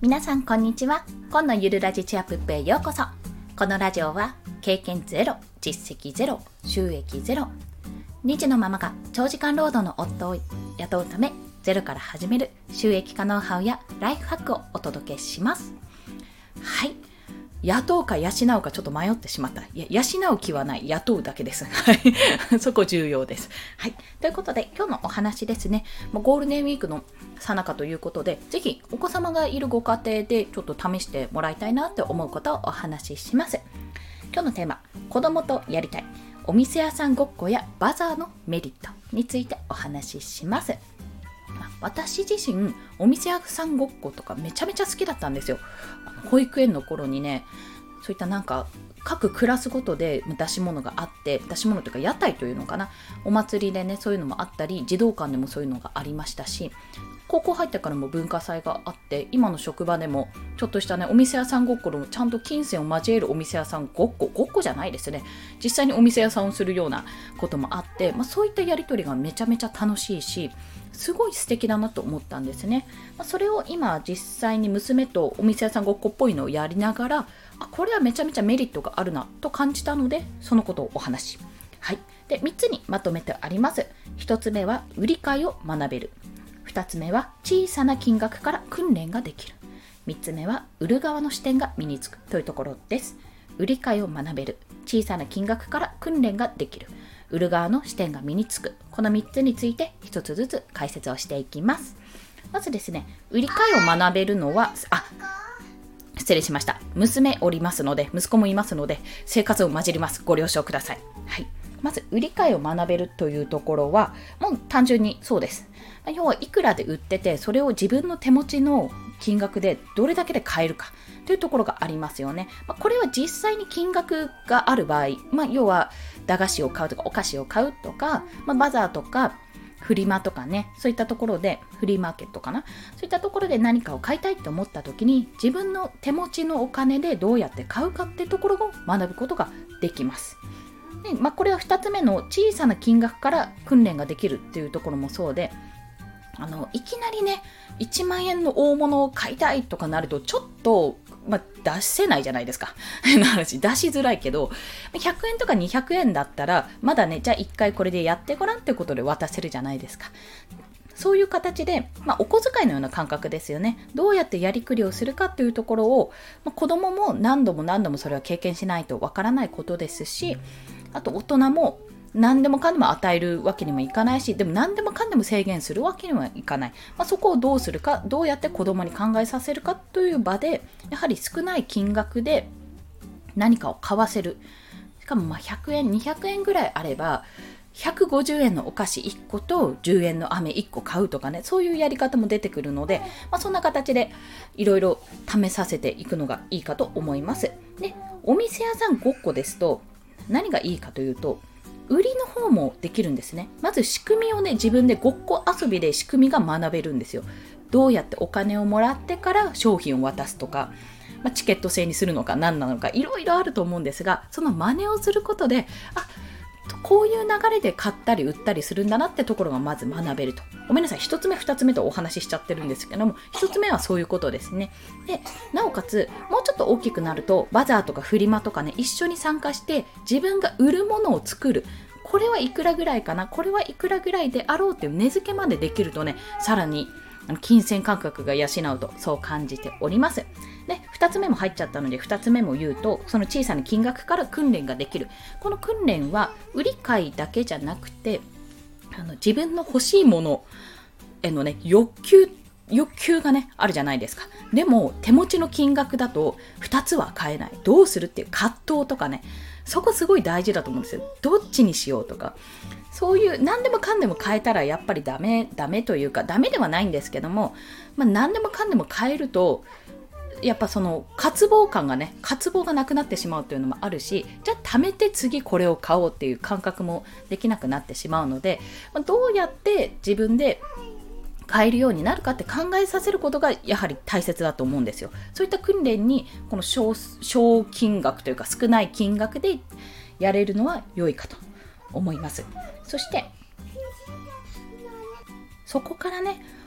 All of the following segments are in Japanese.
皆さんこんにちは。今のゆるラジチアップへようこそ。このラジオは経験ゼロ、実績ゼロ、収益ゼロ、2児のママが長時間労働の夫を雇うためゼロから始める収益化ノウハウやライフハックをお届けします。はい、雇うか養うかちょっと迷ってしまった。養う気はない、雇うだけです。はい、そこ重要です。はい、ということで今日のお話ですね。ゴールデンウィークの最中ということで、ぜひお子様がいるご家庭でちょっと試してもらいたいなって思うことをお話しします。今日のテーマ、子供とやりたいお店屋さんごっこやバザーのメリットについてお話しします。私自身お店屋さんごっことかめちゃめちゃ好きだったんですよ。保育園の頃にね、そういった各クラスごとで出し物があって、出し物というか屋台というのかな、お祭りでねそういうのもあったり、児童館でもそういうのがありましたし、高校入ってからも文化祭があって、今の職場でもちょっとしたねお店屋さんごっこのちゃんと金銭を交えるお店屋さんごっこじゃないですね、実際にお店屋さんをするようなこともあって、そういったやり取りがめちゃめちゃ楽しいし、すごい素敵だなと思ったんですね。それを今実際に娘とお店屋さんごっこっぽいのをやりながら、これはめちゃめちゃメリットがあるなと感じたので、そのことをお話。はい。で、3つにまとめてあります。1つ目は売り買いを学べる。2つ目は小さな金額から訓練ができる。3つ目は売る側の視点が身につくというところです。売り買いを学べる。小さな金額から訓練ができる。売る側の視点が身につく。この3つについて1つずつ解説をしていきます。まずですね、売り買いを学べるのは、失礼しました。娘おりますので、息子もいますので、生活を混じります。ご了承ください。はい。まず、売り買いを学べるというところは、もう単純にそうです。要はいくらで売ってて、それを自分の手持ちの金額でどれだけで買えるかというところがありますよね。これは実際に金額がある場合、要は駄菓子を買うとかお菓子を買うとか、バザーとかフリマとかね、そういったところで、フリーマーケットかな、そういったところで何かを買いたいと思った時に、自分の手持ちのお金でどうやって買うかってところを学ぶことができます。で、これは2つ目の小さな金額から訓練ができるっていうところもそうで、いきなりね1万円の大物を買いたいとかなるとちょっと、出せないじゃないですか変な話、出しづらいけど、100円とか200円だったらまだね、じゃあ1回これでやってごらんってことで渡せるじゃないですか。そういう形で、お小遣いのような感覚ですよね。どうやってやりくりをするかというところを、子供も何度もそれは経験しないとわからないことですし、あと大人も何でもかんでも与えるわけにもいかないし、でも何でもかんでも制限するわけにはいかない。そこをどうするか、どうやって子供に考えさせるかという場で、やはり少ない金額で何かを買わせる。しかも100円、200円ぐらいあれば、150円のお菓子1個と10円の飴1個買うとかね、そういうやり方も出てくるので、そんな形でいろいろ試させていくのがいいかと思います。で、お店屋さんごっこですと何がいいかというと、売りの方もできるんですね。まず仕組みをね、自分でごっこ遊びで仕組みが学べるんですよ。どうやってお金をもらってから商品を渡すとか、チケット制にするのか何なのかいろいろあると思うんですが、その真似をすることで、こういう流れで買ったり売ったりするんだなってところがまず学べると。ごめんなさい、1つ目2つ目とお話ししちゃってるんですけども、1つ目はそういうことですね。で、なおかつもうちょっと大きくなると、バザーとかフリマとかね、一緒に参加して自分が売るものを作る。これはいくらぐらいかな、これはいくらぐらいであろうっていう値付けまでできるとね、さらに金銭感覚が養うと、そう感じております。で、2つ目も入っちゃったので2つ目も言うと、その小さな金額から訓練ができる。この訓練は売り買いだけじゃなくて、自分の欲しいものへのね、欲求がねあるじゃないですか。でも手持ちの金額だと2つは買えない、どうするっていう葛藤とかね、そこすごい大事だと思うんですよ。どっちにしようとか、そういう何でもかんでも買えたらやっぱりダメというか、ダメではないんですけども、何でもかんでも買えるとやっぱその渇望がなくなってしまうというのもあるし、じゃあ貯めて次これを買おうっていう感覚もできなくなってしまうので、どうやって自分で買えるようになるかって考えさせることがやはり大切だと思うんですよ。そういった訓練にこの小金額というか少ない金額でやれるのは良いかと思います。そしてそこからね、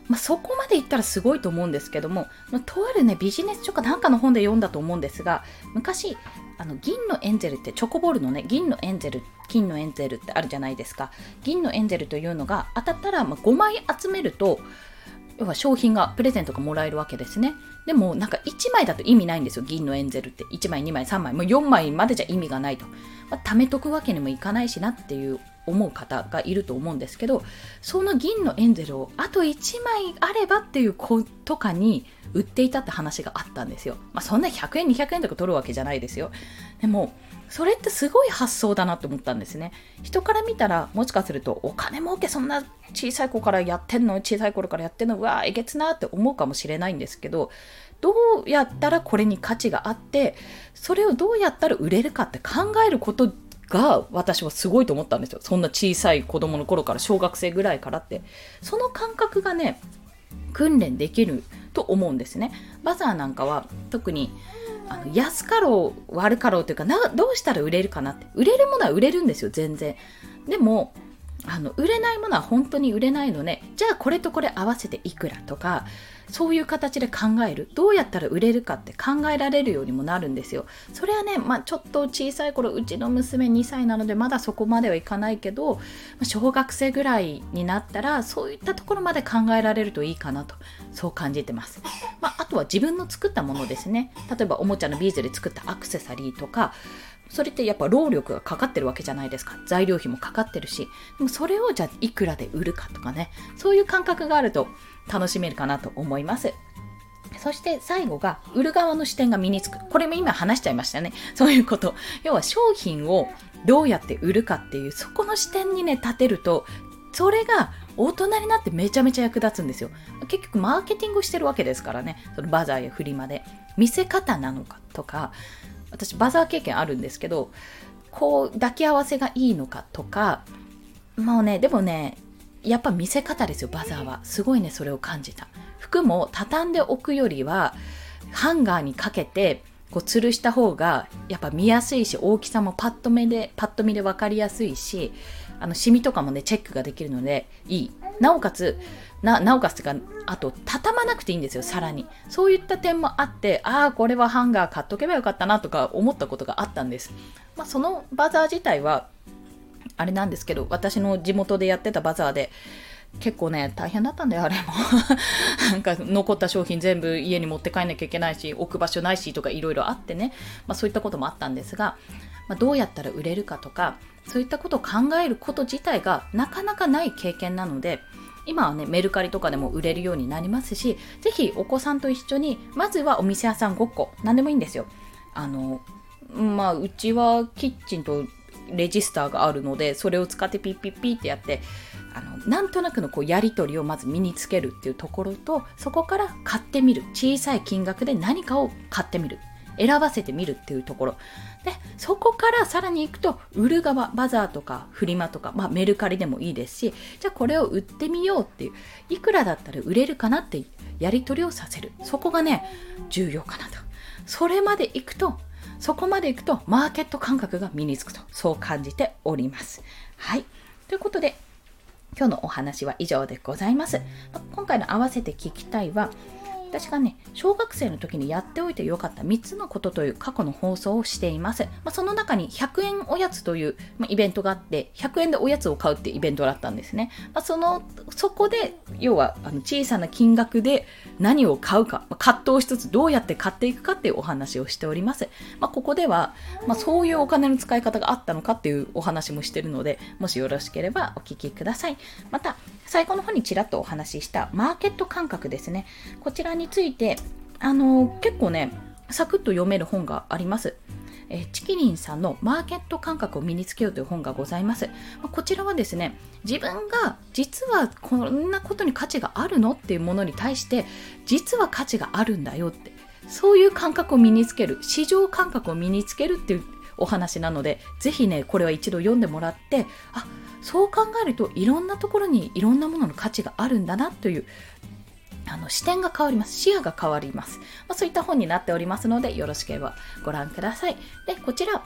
そこまでいったらすごいと思うんですけども、とあるねビジネス書かなんかの本で読んだと思うんですが、昔銀のエンゼルってチョコボールのね銀のエンゼル金のエンゼルってあるじゃないですか。銀のエンゼルというのが当たったら5枚集めると要は商品がプレゼントがもらえるわけですね。でもなんか1枚だと意味ないんですよ。銀のエンゼルって1枚2枚3枚もう4枚までじゃ意味がないと、貯めとくわけにもいかないしなっていう思う方がいると思うんですけど、その銀のエンゼルをあと1枚あればっていう子とかに売っていたって話があったんですよ。そんな100円200円とか取るわけじゃないですよ。でもそれってすごい発想だなと思ったんですね。人から見たらもしかするとお金儲けそんな小さい頃からやってんのうわえげつなって思うかもしれないんですけど、どうやったらこれに価値があってそれをどうやったら売れるかって考えることが私はすごいと思ったんですよ。そんな小さい子供の頃から小学生ぐらいからってその感覚がね訓練できると思うんですね。バザーなんかは特に安かろう悪かろうというかどうしたら売れるかなって、売れるものは売れるんですよ全然。でも売れないものは本当に売れないので、じゃあこれとこれ合わせていくらとかそういう形で考える、どうやったら売れるかって考えられるようにもなるんですよ。それはね、ちょっと小さい頃、うちの娘2歳なのでまだそこまではいかないけど、小学生ぐらいになったらそういったところまで考えられるといいかなと、そう感じてます。あとは自分の作ったものですね。例えばおもちゃのビーズで作ったアクセサリーとか、それってやっぱ労力がかかってるわけじゃないですか。材料費もかかってるし、でもそれをじゃあいくらで売るかとかね、そういう感覚があると楽しめるかなと思います。そして最後が売る側の視点が身につく。これも今話しちゃいましたね。そういうこと。要は商品をどうやって売るかっていうそこの視点にね立てると、それが大人になってめちゃめちゃ役立つんですよ。結局マーケティングしてるわけですからね。そのバザーやフリマで見せ方なのかとか、私バザー経験あるんですけど、こう抱き合わせがいいのかとか、でもねやっぱ見せ方ですよ。バザーはすごいね、それを感じた。服も畳んでおくよりはハンガーにかけてこう吊るした方がやっぱ見やすいし、大きさもパッと見で分かりやすいし、シミとかもねチェックができるのでいい。なおかつというか、あと畳まなくていいんですよ。さらにそういった点もあって、これはハンガー買っとけばよかったなとか思ったことがあったんです。そのバザー自体はあれなんですけど、私の地元でやってたバザーで結構ね大変だったんだよ、あれもなんか残った商品全部家に持って帰んなきゃいけないし、置く場所ないしとかいろいろあってね、そういったこともあったんですが、どうやったら売れるかとかそういったことを考えること自体がなかなかない経験なので、今はねメルカリとかでも売れるようになりますし、ぜひお子さんと一緒にまずはお店屋さんごっこ、何でもいいんですよ。うちはキッチンとレジスターがあるので、それを使ってピッピッピッってやって、なんとなくのこうやり取りをまず身につけるっていうところと、そこから買ってみる、小さい金額で何かを買ってみる、選ばせてみるっていうところで、そこからさらに行くと売る側、バザーとかフリマとか、メルカリでもいいですし、じゃあこれを売ってみようっていう、いくらだったら売れるかなっていうやり取りをさせる、そこがね重要かなと。そこまで行くとマーケット感覚が身につくと、そう感じております。はい、ということで今日のお話は以上でございます。今回の合わせて聞きたいは、私がね小学生の時にやっておいてよかった3つのことという過去の放送をしています。その中に100円おやつという、イベントがあって、100円でおやつを買うっていうイベントだったんですね。そこで要は小さな金額で何を買うか、葛藤しつつどうやって買っていくかっていうお話をしております。ここでは、そういうお金の使い方があったのかっていうお話もしているので、もしよろしければお聞きください。また最後の方にちらっとお話ししたマーケット感覚ですね。こちらについて結構ねサクッと読める本があります。チキリンさんのマーケット感覚を身につけようという本がございます。こちらはですね、自分が実はこんなことに価値があるのっていうものに対して実は価値があるんだよって、そういう感覚を身につける、市場感覚を身につけるっていうお話なので、ぜひねこれは一度読んでもらって、そう考えるといろんなところにいろんなものの価値があるんだなという視点が変わります。視野が変わります。そういった本になっておりますので、よろしければご覧ください。で、こちら、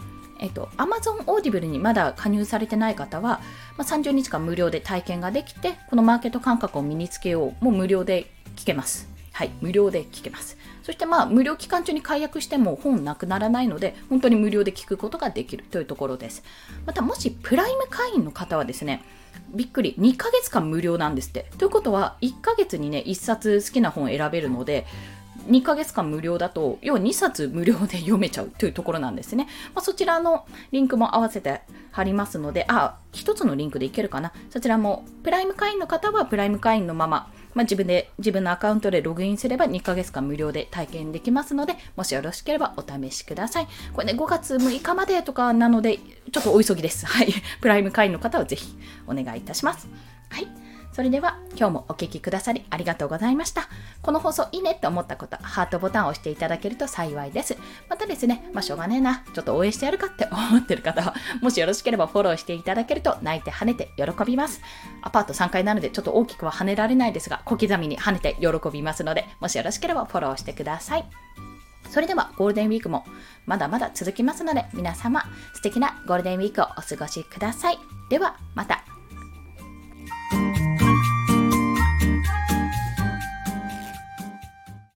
Amazon Audible にまだ加入されてない方は、30日間無料で体験ができて、このマーケット感覚を身につけよう、もう無料で聞けます。はい、無料で聞けます。そして無料期間中に解約しても本なくならないので、本当に無料で聞くことができるというところです。またもしプライム会員の方はですね、びっくり、2ヶ月間無料なんですって。ということは、1ヶ月にね、1冊好きな本を選べるので、2ヶ月間無料だと、要は2冊無料で読めちゃうというところなんですね。そちらのリンクも合わせて貼りますので、一つのリンクでいけるかな。そちらも、プライム会員の方はプライム会員のまま、自分のアカウントでログインすれば2ヶ月間無料で体験できますので、もしよろしければお試しください。これね、5月6日までとかなので、ちょっとお急ぎです。はい。プライム会員の方はぜひお願いいたします。はい。それでは今日もお聞きくださりありがとうございました。この放送いいねって思った方、ハートボタンを押していただけると幸いです。またですね、しょうがねえな、ちょっと応援してやるかって思ってる方は、もしよろしければフォローしていただけると泣いて跳ねて喜びます。アパート3階なのでちょっと大きくは跳ねられないですが、小刻みに跳ねて喜びますので、もしよろしければフォローしてください。それではゴールデンウィークもまだまだ続きますので、皆様素敵なゴールデンウィークをお過ごしください。ではまた。